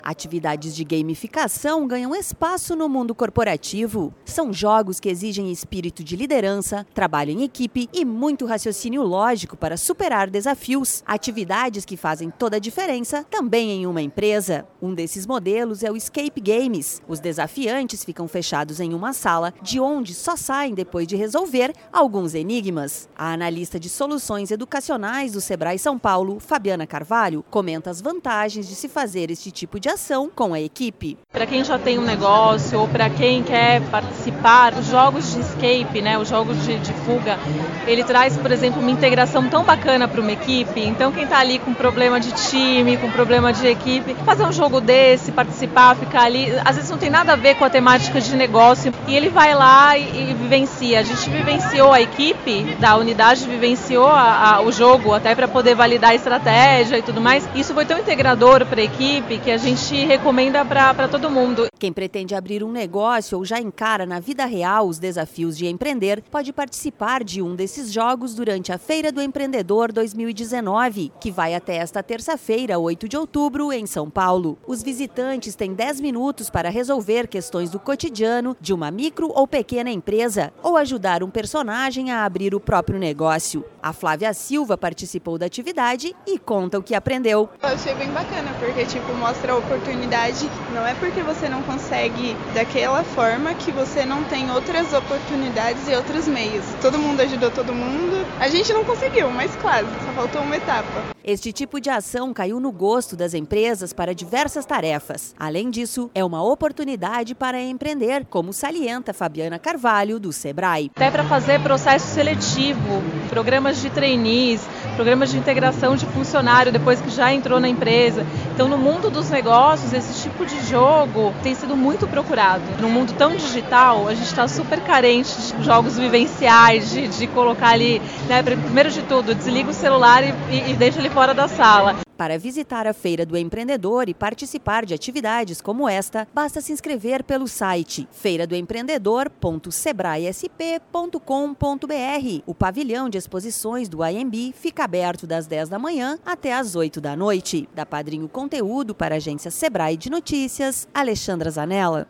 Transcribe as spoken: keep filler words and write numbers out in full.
Atividades de gamificação ganham espaço no mundo corporativo. São jogos que exigem espírito de liderança, trabalho em equipe e muito raciocínio lógico para superar desafios. Atividades que fazem toda a diferença também em uma empresa. Um desses modelos é o Escape Games. Os desafiantes ficam fechados em uma sala, de onde só saem depois de resolver alguns enigmas. A analista de soluções educacionais do Sebrae São Paulo, Fabiana Carvalho, comenta as vantagens de se fazer este tipo de ação com a equipe. Para quem já tem um negócio ou para quem quer participar, os jogos de escape, né, os jogos de, de fuga, ele traz, por exemplo, uma integração tão bacana para uma equipe. Então quem está ali com problema de time, com problema de equipe, fazer um jogo desse, participar, ficar ali, às vezes não tem nada a ver com a temática de negócio e ele vai lá e, e vivencia. A gente vivenciou a equipe da unidade, vivenciou a, a, o jogo até para poder validar a estratégia e tudo mais. Isso foi tão integrador para a equipe que a gente recomenda para todo mundo. Quem pretende abrir um negócio ou já encara na vida real os desafios de empreender, pode participar de um desses jogos durante a Feira do Empreendedor dois mil e dezenove, que vai até esta terça-feira, oito de outubro, em São Paulo. Os visitantes têm dez minutos para resolver questões do cotidiano de uma micro ou pequena empresa ou ajudar um personagem a abrir o próprio negócio. A Flávia Silva participou da atividade e conta o que aprendeu. Eu achei bem bacana, porque tipo, mostra a oportunidade. Não é porque você não consegue daquela forma que você não tem outras oportunidades e outros meios. Todo mundo ajudou todo mundo. A gente não conseguiu, mas claro, só faltou uma etapa. Este tipo de ação caiu no gosto das empresas para diversas tarefas. Além disso, é uma oportunidade para empreender, como salienta Fabiana Carvalho, do Sebrae. Até para fazer processo seletivo, programas de trainees, programas de integração de funcionário depois que já entrou na empresa. Então, no mundo dos negócios, esse tipo de jogo tem sido muito procurado. No mundo tão digital, a gente está super carente de jogos vivenciais, de, de colocar ali, né, primeiro de tudo, desliga o celular e, e, e deixa ele fora da sala. Para visitar a Feira do Empreendedor e participar de atividades como esta, basta se inscrever pelo site feira do empreendedor ponto sebrae s p ponto com ponto b r. O pavilhão de exposições do I M B fica aberto das dez da manhã até às oito da noite. Da Padrinho Conteúdo para a agência Sebrae de Notícias, Alexandra Zanella.